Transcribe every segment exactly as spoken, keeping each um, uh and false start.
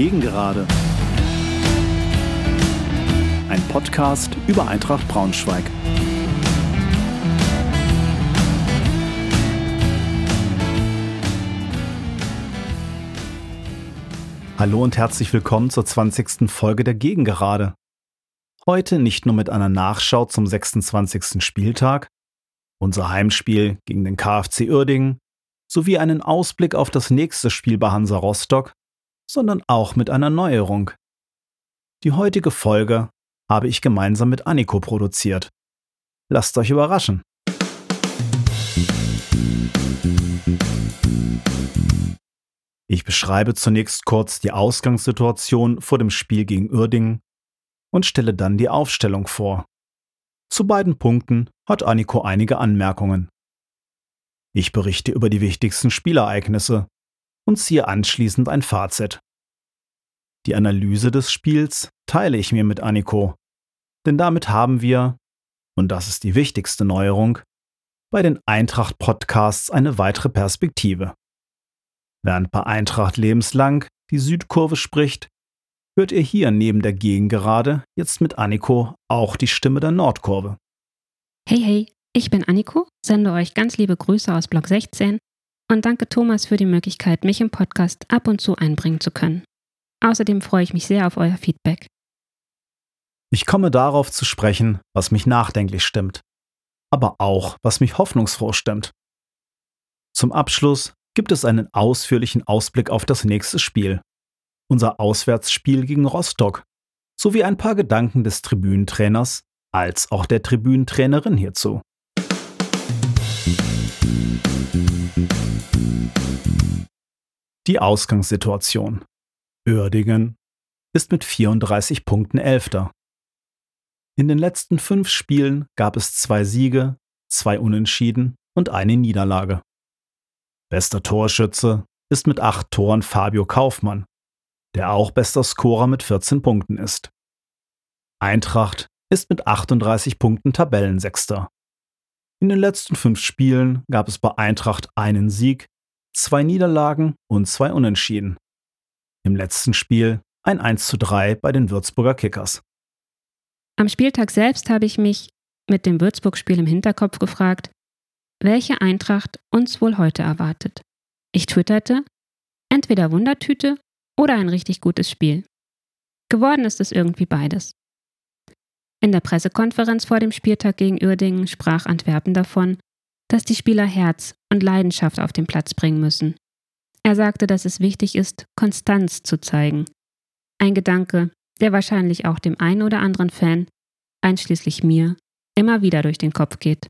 Gegengerade. Ein Podcast über Eintracht Braunschweig. Hallo und herzlich willkommen zur zwanzigsten Folge der Gegengerade. Heute nicht nur mit einer Nachschau zum sechsundzwanzigsten Spieltag, unser Heimspiel gegen den KfC Uerdingen, sowie einen Ausblick auf das nächste Spiel bei Hansa Rostock, sondern auch mit einer Neuerung. Die heutige Folge habe ich gemeinsam mit Anniko produziert. Lasst euch überraschen. Ich beschreibe zunächst kurz die Ausgangssituation vor dem Spiel gegen Uerdingen und stelle dann die Aufstellung vor. Zu beiden Punkten hat Anniko einige Anmerkungen. Ich berichte über die wichtigsten Spielereignisse und ziehe anschließend ein Fazit. Die Analyse des Spiels teile ich mir mit Anniko, denn damit haben wir, und das ist die wichtigste Neuerung, bei den Eintracht-Podcasts eine weitere Perspektive. Während bei Eintracht lebenslang die Südkurve spricht, hört ihr hier neben der Gegengerade jetzt mit Anniko auch die Stimme der Nordkurve. Hey, hey, ich bin Anniko, sende euch ganz liebe Grüße aus Block sechzehn und danke Thomas für die Möglichkeit, mich im Podcast ab und zu einbringen zu können. Außerdem freue ich mich sehr auf euer Feedback. Ich komme darauf zu sprechen, was mich nachdenklich stimmt, aber auch, was mich hoffnungsfroh stimmt. Zum Abschluss gibt es einen ausführlichen Ausblick auf das nächste Spiel, unser Auswärtsspiel gegen Rostock, sowie ein paar Gedanken des Tribünentrainers als auch der Tribünentrainerin hierzu. Die Ausgangssituation. Uerdingen ist mit vierunddreißig Punkten Elfter. In den letzten fünf Spielen gab es zwei Siege, zwei Unentschieden und eine Niederlage. Bester Torschütze ist mit acht Toren Fabio Kaufmann, der auch bester Scorer mit vierzehn Punkten ist. Eintracht ist mit achtunddreißig Punkten Tabellensechster. In den letzten fünf Spielen gab es bei Eintracht einen Sieg, zwei Niederlagen und zwei Unentschieden. Im letzten Spiel ein eins zu drei bei den Würzburger Kickers. Am Spieltag selbst habe ich mich mit dem Würzburg-Spiel im Hinterkopf gefragt, welche Eintracht uns wohl heute erwartet. Ich twitterte, entweder Wundertüte oder ein richtig gutes Spiel. Geworden ist es irgendwie beides. In der Pressekonferenz vor dem Spieltag gegen Uerdingen sprach Antwerpen davon, dass die Spieler Herz und Leidenschaft auf den Platz bringen müssen. Er sagte, dass es wichtig ist, Konstanz zu zeigen. Ein Gedanke, der wahrscheinlich auch dem einen oder anderen Fan, einschließlich mir, immer wieder durch den Kopf geht.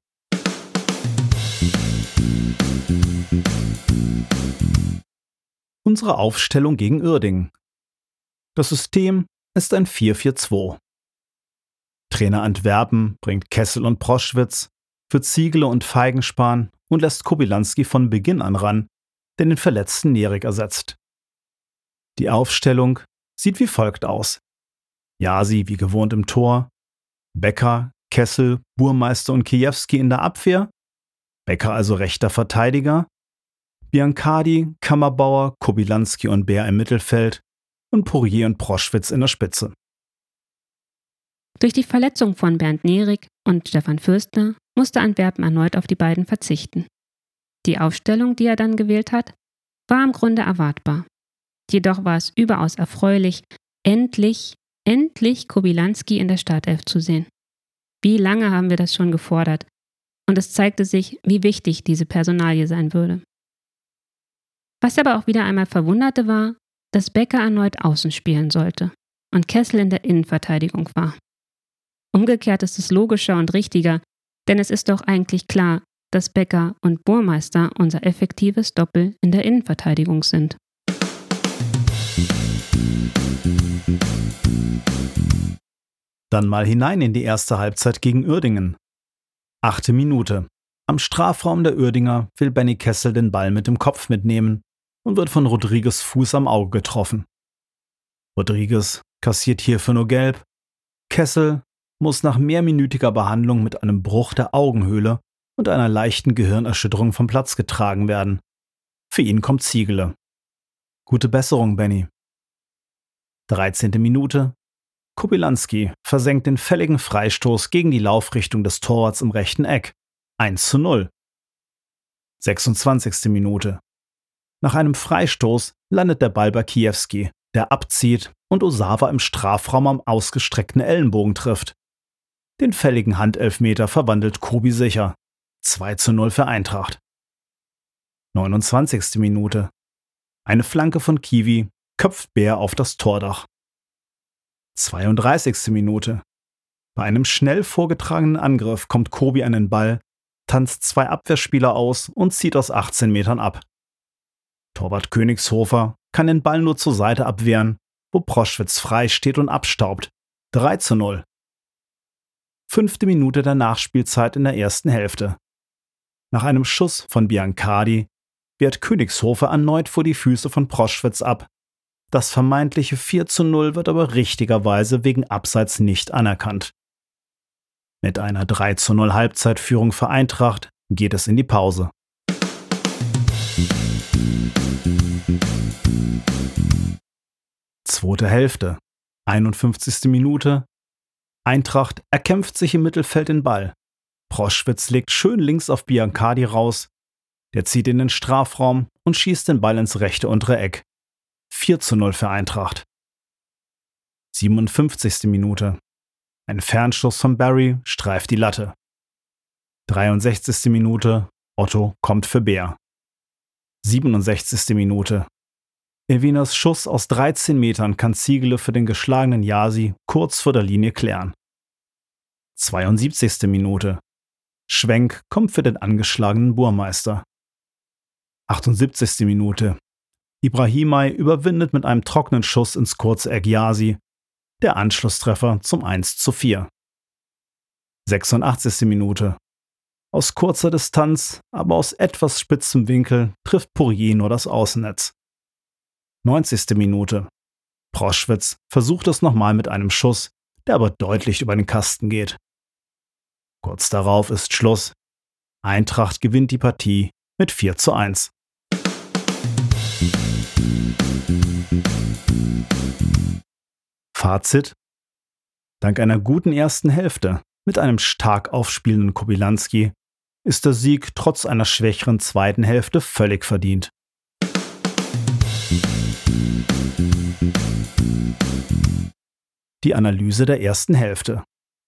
Unsere Aufstellung gegen Uerdingen. Das System ist ein vier vier zwei. Trainer Antwerpen bringt Kessel und Proschwitz für Ziegele und Feigenspan und lässt Kobylanski von Beginn an ran, der den verletzten Nierig ersetzt. Die Aufstellung sieht wie folgt aus. Jasi wie gewohnt im Tor, Becker, Kessel, Burmeister und Kiewski in der Abwehr, Becker also rechter Verteidiger, Biancardi, Kammerbauer, Kobylanski und Bär im Mittelfeld und Poirier und Proschwitz in der Spitze. Durch die Verletzung von Bernd Nierig und Stefan Fürstner musste Antwerpen erneut auf die beiden verzichten. Die Aufstellung, die er dann gewählt hat, war im Grunde erwartbar. Jedoch war es überaus erfreulich, endlich, endlich Kobylanski in der Startelf zu sehen. Wie lange haben wir das schon gefordert? Und es zeigte sich, wie wichtig diese Personalie sein würde. Was aber auch wieder einmal verwunderte war, dass Becker erneut außen spielen sollte und Kessel in der Innenverteidigung war. Umgekehrt ist es logischer und richtiger, denn es ist doch eigentlich klar, dass Becker und Burmeister unser effektives Doppel in der Innenverteidigung sind. Dann mal hinein in die erste Halbzeit gegen Uerdingen. Achte Minute. Am Strafraum der Uerdinger will Benny Kessel den Ball mit dem Kopf mitnehmen und wird von Rodriguez Fuß am Auge getroffen. Rodriguez kassiert hierfür nur gelb. Kessel muss nach mehrminütiger Behandlung mit einem Bruch der Augenhöhle und einer leichten Gehirnerschütterung vom Platz getragen werden. Für ihn kommt Ziegele. Gute Besserung, Benny. dreizehnte Minute. Kobylanski versenkt den fälligen Freistoß gegen die Laufrichtung des Torwarts im rechten Eck. eins zu null. sechsundzwanzigste Minute. Nach einem Freistoß landet der Ball bei Kiewski, der abzieht und Osawa im Strafraum am ausgestreckten Ellenbogen trifft. Den fälligen Handelfmeter verwandelt Kobi sicher. zwei zu null für Eintracht. neunundzwanzigste Minute. Eine Flanke von Kiwi köpft Bär auf das Tordach. zweiunddreißigste Minute. Bei einem schnell vorgetragenen Angriff kommt Kobi an den Ball, tanzt zwei Abwehrspieler aus und zieht aus achtzehn Metern ab. Torwart Königshofer kann den Ball nur zur Seite abwehren, wo Proschwitz frei steht und abstaubt. drei zu null. Fünfte Minute der Nachspielzeit in der ersten Hälfte. Nach einem Schuss von Biancardi wehrt Königshofer erneut vor die Füße von Proschwitz ab. Das vermeintliche vier zu null wird aber richtigerweise wegen Abseits nicht anerkannt. Mit einer drei zu null Halbzeitführung für Eintracht geht es in die Pause. Zweite Hälfte, einundfünfzigste Minute. Eintracht erkämpft sich im Mittelfeld den Ball. Proschwitz legt schön links auf Biancardi raus. Der zieht in den Strafraum und schießt den Ball ins rechte untere Eck. vier zu null für Eintracht. siebenundfünfzigste Minute. Ein Fernschuss von Barry streift die Latte. dreiundsechzigste Minute. Otto kommt für Bär. siebenundsechzigste Minute. Evinas Schuss aus dreizehn Metern kann Ziegele für den geschlagenen Yasi kurz vor der Linie klären. zweiundsiebzigste Minute. Schwenk kommt für den angeschlagenen Burmeister. achtundsiebzigste Minute. Ibrahimai überwindet mit einem trockenen Schuss ins kurze Eck Yasi. Der Anschlusstreffer zum eins zu vier. sechsundachtzigste Minute. Aus kurzer Distanz, aber aus etwas spitzem Winkel trifft Poirier nur das Außennetz. neunzigste Minute. Proschwitz versucht es nochmal mit einem Schuss, der aber deutlich über den Kasten geht. Kurz darauf ist Schluss. Eintracht gewinnt die Partie mit vier zu eins. Fazit: Dank einer guten ersten Hälfte mit einem stark aufspielenden Kobylanski ist der Sieg trotz einer schwächeren zweiten Hälfte völlig verdient. Die Analyse der ersten Hälfte.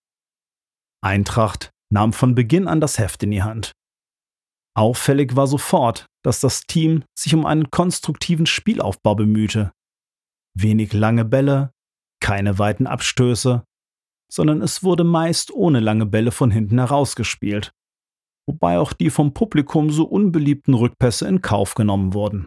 Eintracht nahm von Beginn an das Heft in die Hand. Auffällig war sofort, dass das Team sich um einen konstruktiven Spielaufbau bemühte. Wenig lange Bälle, keine weiten Abstöße, sondern es wurde meist ohne lange Bälle von hinten herausgespielt, wobei auch die vom Publikum so unbeliebten Rückpässe in Kauf genommen wurden.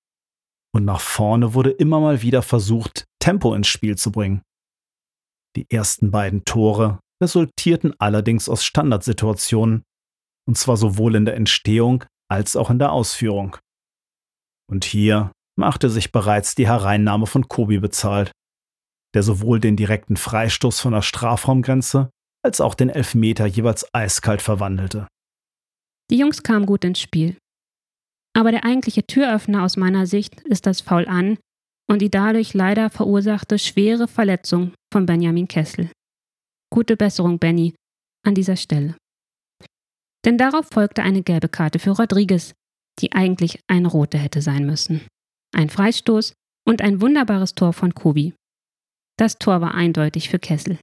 Und nach vorne wurde immer mal wieder versucht, Tempo ins Spiel zu bringen. Die ersten beiden Tore resultierten allerdings aus Standardsituationen, und zwar sowohl in der Entstehung als auch in der Ausführung. Und hier machte sich bereits die Hereinnahme von Kobi bezahlt, der sowohl den direkten Freistoß von der Strafraumgrenze als auch den Elfmeter jeweils eiskalt verwandelte. Die Jungs kamen gut ins Spiel. Aber der eigentliche Türöffner aus meiner Sicht ist das Foul an und die dadurch leider verursachte schwere Verletzung von Benjamin Kessel. Gute Besserung, Benny, an dieser Stelle. Denn darauf folgte eine gelbe Karte für Rodriguez, die eigentlich eine rote hätte sein müssen. Ein Freistoß und ein wunderbares Tor von Kobi. Das Tor war eindeutig für Kessel.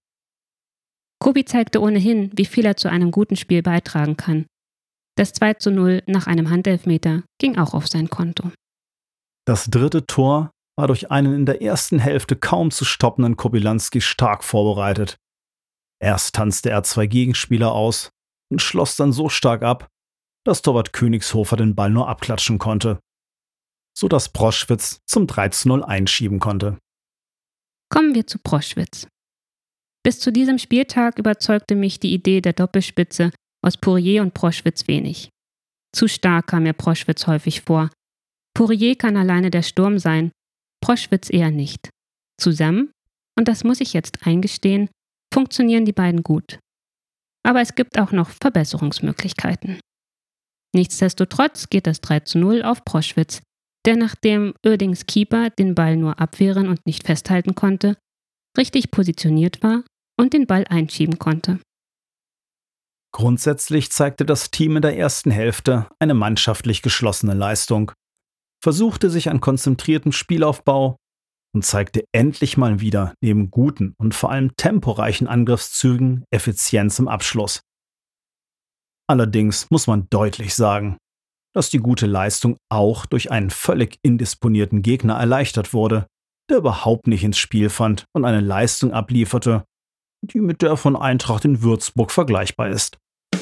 Kobi zeigte ohnehin, wie viel er zu einem guten Spiel beitragen kann. Das zwei zu null nach einem Handelfmeter ging auch auf sein Konto. Das dritte Tor war durch einen in der ersten Hälfte kaum zu stoppenden Kobylanski stark vorbereitet. Erst tanzte er zwei Gegenspieler aus und schloss dann so stark ab, dass Torwart Königshofer den Ball nur abklatschen konnte, sodass Proschwitz zum drei zu null einschieben konnte. Kommen wir zu Proschwitz. Bis zu diesem Spieltag überzeugte mich die Idee der Doppelspitze aus Poirier und Proschwitz wenig. Zu stark kam mir Proschwitz häufig vor. Poirier kann alleine der Sturm sein, Proschwitz eher nicht. Zusammen, und das muss ich jetzt eingestehen, funktionieren die beiden gut. Aber es gibt auch noch Verbesserungsmöglichkeiten. Nichtsdestotrotz geht das drei zu null auf Proschwitz, der nachdem Uerdings Keeper den Ball nur abwehren und nicht festhalten konnte, richtig positioniert war und den Ball einschieben konnte. Grundsätzlich zeigte das Team in der ersten Hälfte eine mannschaftlich geschlossene Leistung, versuchte sich an konzentriertem Spielaufbau und zeigte endlich mal wieder neben guten und vor allem temporeichen Angriffszügen Effizienz im Abschluss. Allerdings muss man deutlich sagen, dass die gute Leistung auch durch einen völlig indisponierten Gegner erleichtert wurde, der überhaupt nicht ins Spiel fand und eine Leistung ablieferte, die mit der von Eintracht in Würzburg vergleichbar ist.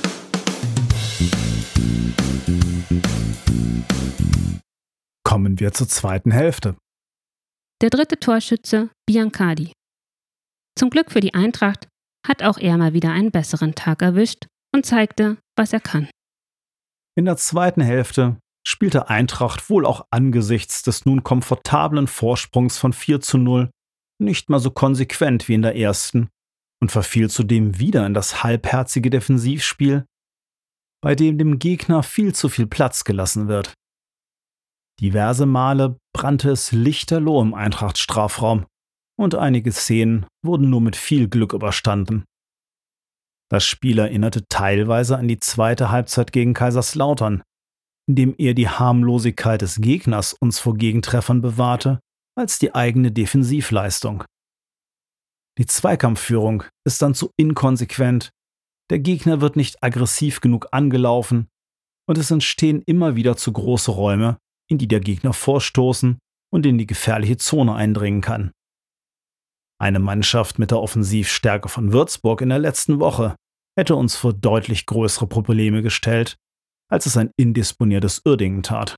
Kommen wir zur zweiten Hälfte. Der dritte Torschütze, Biancardi. Zum Glück für die Eintracht hat auch er mal wieder einen besseren Tag erwischt und zeigte, was er kann. In der zweiten Hälfte spielte Eintracht wohl auch angesichts des nun komfortablen Vorsprungs von vier zu null nicht mal so konsequent wie in der ersten und verfiel zudem wieder in das halbherzige Defensivspiel, bei dem dem Gegner viel zu viel Platz gelassen wird. Diverse Male brannte es lichterloh im Eintracht-Strafraum und einige Szenen wurden nur mit viel Glück überstanden. Das Spiel erinnerte teilweise an die zweite Halbzeit gegen Kaiserslautern, in dem eher die Harmlosigkeit des Gegners uns vor Gegentreffern bewahrte, als die eigene Defensivleistung. Die Zweikampfführung ist dann zu inkonsequent, der Gegner wird nicht aggressiv genug angelaufen und es entstehen immer wieder zu große Räume, in die der Gegner vorstoßen und in die gefährliche Zone eindringen kann. Eine Mannschaft mit der Offensivstärke von Würzburg in der letzten Woche hätte uns vor deutlich größere Probleme gestellt, als es ein indisponiertes Uerdingen tat.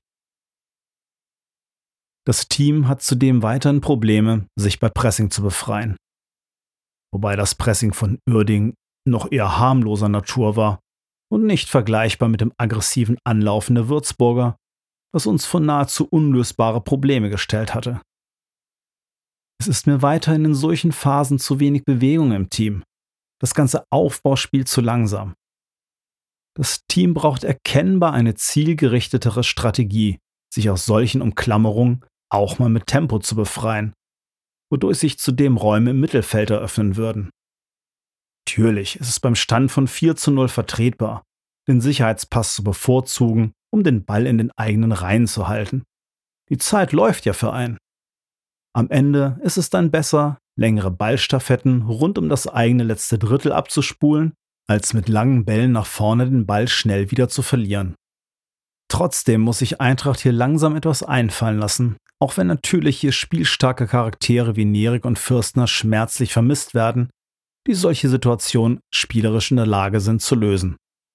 Das Team hat zudem weiterhin Probleme, sich bei Pressing zu befreien. Wobei das Pressing von Uerdingen noch eher harmloser Natur war und nicht vergleichbar mit dem aggressiven Anlaufen der Würzburger, was uns vor nahezu unlösbare Probleme gestellt hatte. Es ist mir weiterhin in solchen Phasen zu wenig Bewegung im Team, das ganze Aufbauspiel zu langsam. Das Team braucht erkennbar eine zielgerichtetere Strategie, sich aus solchen Umklammerungen auch mal mit Tempo zu befreien, wodurch sich zudem Räume im Mittelfeld eröffnen würden. Natürlich ist es beim Stand von vier zu null vertretbar, den Sicherheitspass zu bevorzugen, um den Ball in den eigenen Reihen zu halten. Die Zeit läuft ja für einen. Am Ende ist es dann besser, längere Ballstaffetten rund um das eigene letzte Drittel abzuspulen, als mit langen Bällen nach vorne den Ball schnell wieder zu verlieren. Trotzdem muss sich Eintracht hier langsam etwas einfallen lassen, auch wenn natürlich hier spielstarke Charaktere wie Nerik und Fürstner schmerzlich vermisst werden, die solche Situationen spielerisch in der Lage sind zu lösen.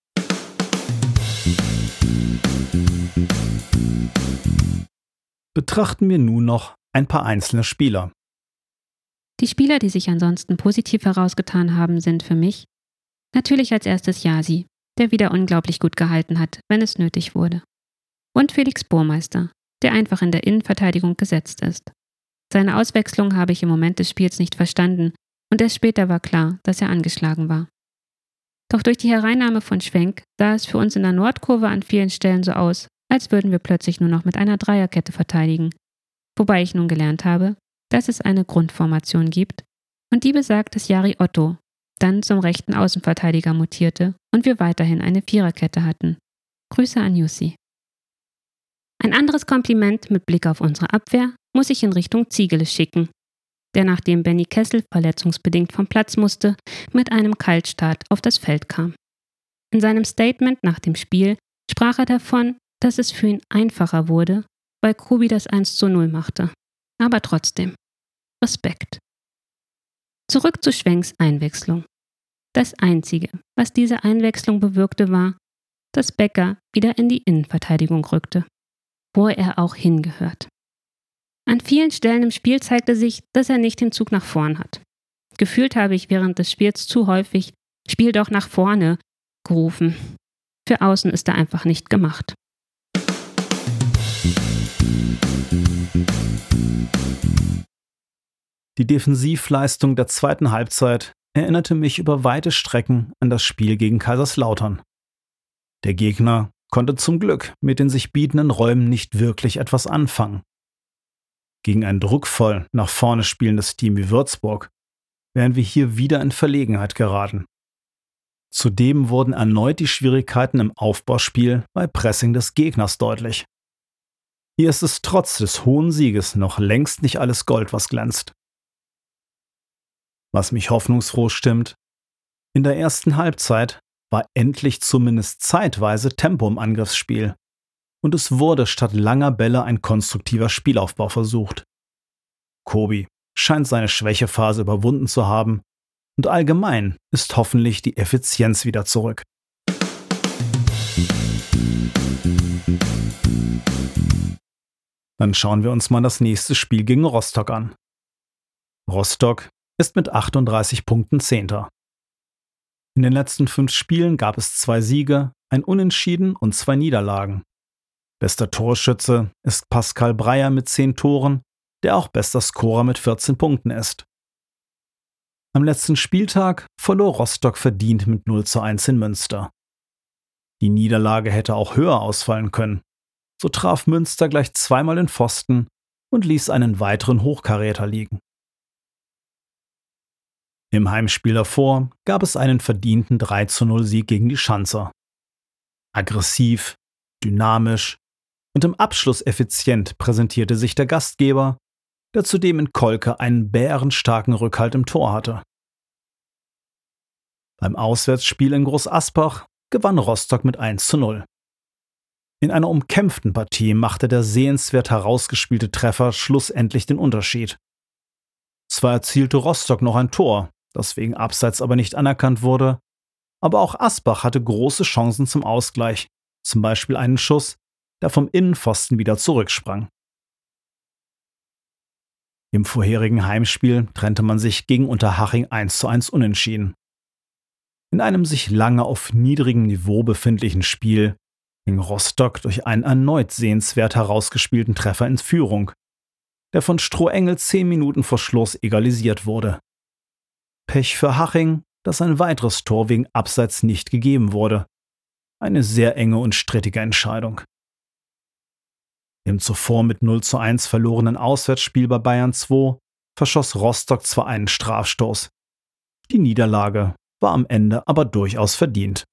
Betrachten wir nun noch ein paar einzelne Spieler. Die Spieler, die sich ansonsten positiv herausgetan haben, sind für mich natürlich als erstes Yasi, der wieder unglaublich gut gehalten hat, wenn es nötig wurde. Und Felix Burmeister, der einfach in der Innenverteidigung gesetzt ist. Seine Auswechslung habe ich im Moment des Spiels nicht verstanden und erst später war klar, dass er angeschlagen war. Doch durch die Hereinnahme von Schwenk sah es für uns in der Nordkurve an vielen Stellen so aus, als würden wir plötzlich nur noch mit einer Dreierkette verteidigen. Wobei ich nun gelernt habe, dass es eine Grundformation gibt und die besagt, dass Jari Otto dann zum rechten Außenverteidiger mutierte und wir weiterhin eine Viererkette hatten. Grüße an Jussi. Ein anderes Kompliment mit Blick auf unsere Abwehr muss ich in Richtung Ziegeles schicken, der nachdem Benny Kessel verletzungsbedingt vom Platz musste, mit einem Kaltstart auf das Feld kam. In seinem Statement nach dem Spiel sprach er davon, dass es für ihn einfacher wurde, weil Kubi das eins zu null machte. Aber trotzdem, Respekt. Zurück zu Schwenks Einwechslung. Das Einzige, was diese Einwechslung bewirkte, war, dass Becker wieder in die Innenverteidigung rückte, wo er auch hingehört. An vielen Stellen im Spiel zeigte sich, dass er nicht den Zug nach vorn hat. Gefühlt habe ich während des Spiels zu häufig „Spiel doch nach vorne" gerufen. Für außen ist er einfach nicht gemacht. Die Defensivleistung der zweiten Halbzeit erinnerte mich über weite Strecken an das Spiel gegen Kaiserslautern. Der Gegner konnte zum Glück mit den sich bietenden Räumen nicht wirklich etwas anfangen. Gegen ein druckvoll nach vorne spielendes Team wie Würzburg wären wir hier wieder in Verlegenheit geraten. Zudem wurden erneut die Schwierigkeiten im Aufbauspiel bei Pressing des Gegners deutlich. Hier ist es trotz des hohen Sieges noch längst nicht alles Gold, was glänzt. Was mich hoffnungsfroh stimmt: In der ersten Halbzeit war endlich zumindest zeitweise Tempo im Angriffsspiel und es wurde statt langer Bälle ein konstruktiver Spielaufbau versucht. Kobi scheint seine Schwächephase überwunden zu haben und allgemein ist hoffentlich die Effizienz wieder zurück. Dann schauen wir uns mal das nächste Spiel gegen Rostock an. Rostock ist mit achtunddreißig Punkten Zehnter. In den letzten fünf Spielen gab es zwei Siege, ein Unentschieden und zwei Niederlagen. Bester Torschütze ist Pascal Breyer mit zehn Toren, der auch bester Scorer mit vierzehn Punkten ist. Am letzten Spieltag verlor Rostock verdient mit null zu eins in Münster. Die Niederlage hätte auch höher ausfallen können. So traf Münster gleich zweimal den Pfosten und ließ einen weiteren Hochkaräter liegen. Im Heimspiel davor gab es einen verdienten drei zu null Sieg gegen die Schanzer. Aggressiv, dynamisch und im Abschluss effizient präsentierte sich der Gastgeber, der zudem in Kolke einen bärenstarken Rückhalt im Tor hatte. Beim Auswärtsspiel in Groß Asbach gewann Rostock mit eins zu null. In einer umkämpften Partie machte der sehenswert herausgespielte Treffer schlussendlich den Unterschied. Zwar erzielte Rostock noch ein Tor, das wegen Abseits aber nicht anerkannt wurde, aber auch Asbach hatte große Chancen zum Ausgleich, zum Beispiel einen Schuss, der vom Innenpfosten wieder zurücksprang. Im vorherigen Heimspiel trennte man sich gegen Unterhaching eins zu eins unentschieden. In einem sich lange auf niedrigem Niveau befindlichen Spiel ging Rostock durch einen erneut sehenswert herausgespielten Treffer in Führung, der von Strohengel zehn Minuten vor Schluss egalisiert wurde. Pech für Haching, dass ein weiteres Tor wegen Abseits nicht gegeben wurde. Eine sehr enge und strittige Entscheidung. Im zuvor mit null zu eins verlorenen Auswärtsspiel bei Bayern zwei verschoss Rostock zwar einen Strafstoß. Die Niederlage war am Ende aber durchaus verdient.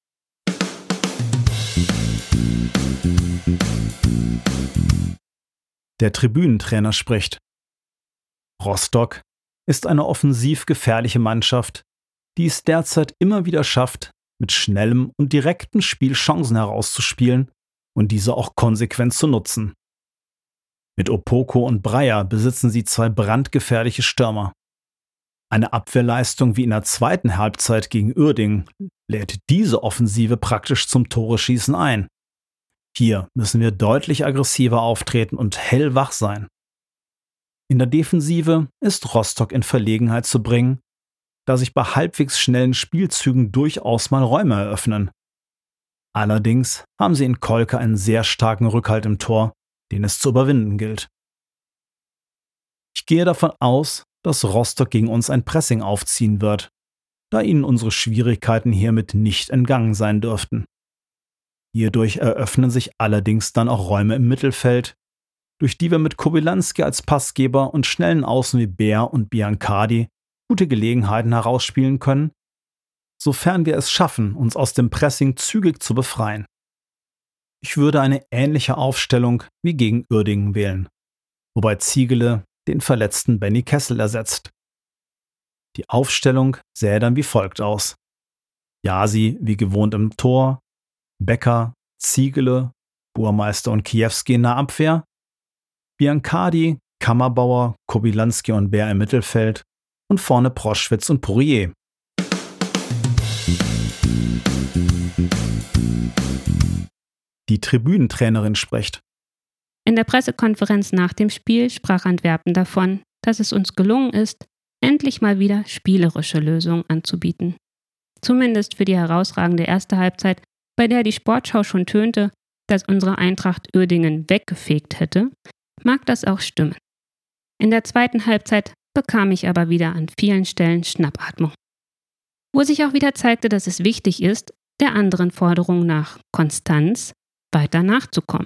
Der Tribünentrainer spricht: Rostock ist eine offensiv gefährliche Mannschaft, die es derzeit immer wieder schafft, mit schnellem und direktem Spiel Chancen herauszuspielen und diese auch konsequent zu nutzen. Mit Opoko und Breyer besitzen sie zwei brandgefährliche Stürmer. Eine Abwehrleistung wie in der zweiten Halbzeit gegen Uerdingen lädt diese Offensive praktisch zum Tore-Schießen ein. Hier müssen wir deutlich aggressiver auftreten und hellwach sein. In der Defensive ist Rostock in Verlegenheit zu bringen, da sich bei halbwegs schnellen Spielzügen durchaus mal Räume eröffnen. Allerdings haben sie in Kolke einen sehr starken Rückhalt im Tor, den es zu überwinden gilt. Ich gehe davon aus, dass Rostock gegen uns ein Pressing aufziehen wird, da ihnen unsere Schwierigkeiten hiermit nicht entgangen sein dürften. Hierdurch eröffnen sich allerdings dann auch Räume im Mittelfeld, durch die wir mit Kobylanski als Passgeber und schnellen Außen wie Bär und Biancardi gute Gelegenheiten herausspielen können, sofern wir es schaffen, uns aus dem Pressing zügig zu befreien. Ich würde eine ähnliche Aufstellung wie gegen Uerdingen wählen, wobei Ziegele den verletzten Benny Kessel ersetzt. Die Aufstellung sähe dann wie folgt aus: Jasi wie gewohnt im Tor, Becker, Ziegele, Burmeister und Kiewski in der Abwehr, Biancardi, Kammerbauer, Kobylanski und Bär im Mittelfeld und vorne Proschwitz und Pourier. Die Tribünentrainerin spricht: In der Pressekonferenz nach dem Spiel sprach Antwerpen davon, dass es uns gelungen ist, endlich mal wieder spielerische Lösungen anzubieten. Zumindest für die herausragende erste Halbzeit, bei der die Sportschau schon tönte, dass unsere Eintracht Uerdingen weggefegt hätte, mag das auch stimmen. In der zweiten Halbzeit bekam ich aber wieder an vielen Stellen Schnappatmung. Wo sich auch wieder zeigte, dass es wichtig ist, der anderen Forderung nach Konstanz weiter nachzukommen.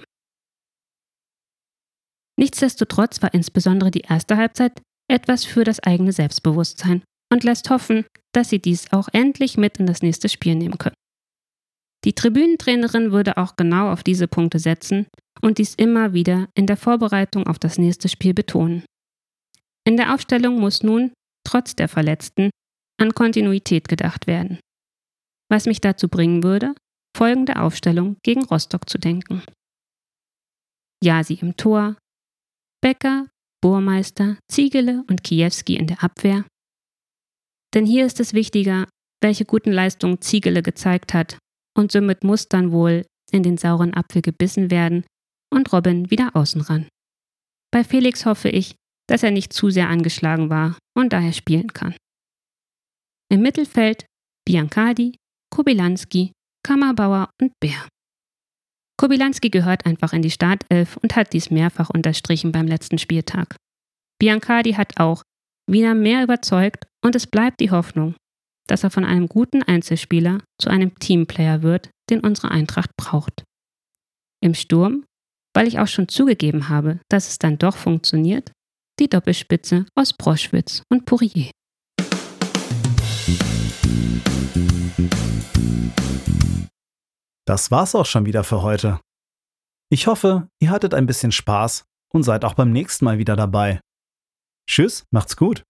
Nichtsdestotrotz war insbesondere die erste Halbzeit etwas für das eigene Selbstbewusstsein und lässt hoffen, dass sie dies auch endlich mit in das nächste Spiel nehmen können. Die Tribünentrainerin würde auch genau auf diese Punkte setzen und dies immer wieder in der Vorbereitung auf das nächste Spiel betonen. In der Aufstellung muss nun, trotz der Verletzten, an Kontinuität gedacht werden. Was mich dazu bringen würde, folgende Aufstellung gegen Rostock zu denken. Jasi im Tor, Becker, Burmeister, Ziegele und Kiewski in der Abwehr. Denn hier ist es wichtiger, welche guten Leistungen Ziegele gezeigt hat, und somit muss dann wohl in den sauren Apfel gebissen werden und Robin wieder außen ran. Bei Felix hoffe ich, dass er nicht zu sehr angeschlagen war und daher spielen kann. Im Mittelfeld Biancardi, Kobylanski, Kammerbauer und Bär. Kobylanski gehört einfach in die Startelf und hat dies mehrfach unterstrichen beim letzten Spieltag. Biancardi hat auch wieder mehr überzeugt und es bleibt die Hoffnung, dass er von einem guten Einzelspieler zu einem Teamplayer wird, den unsere Eintracht braucht. Im Sturm, weil ich auch schon zugegeben habe, dass es dann doch funktioniert, die Doppelspitze aus Broschwitz und Pourier. Das war's auch schon wieder für heute. Ich hoffe, ihr hattet ein bisschen Spaß und seid auch beim nächsten Mal wieder dabei. Tschüss, macht's gut.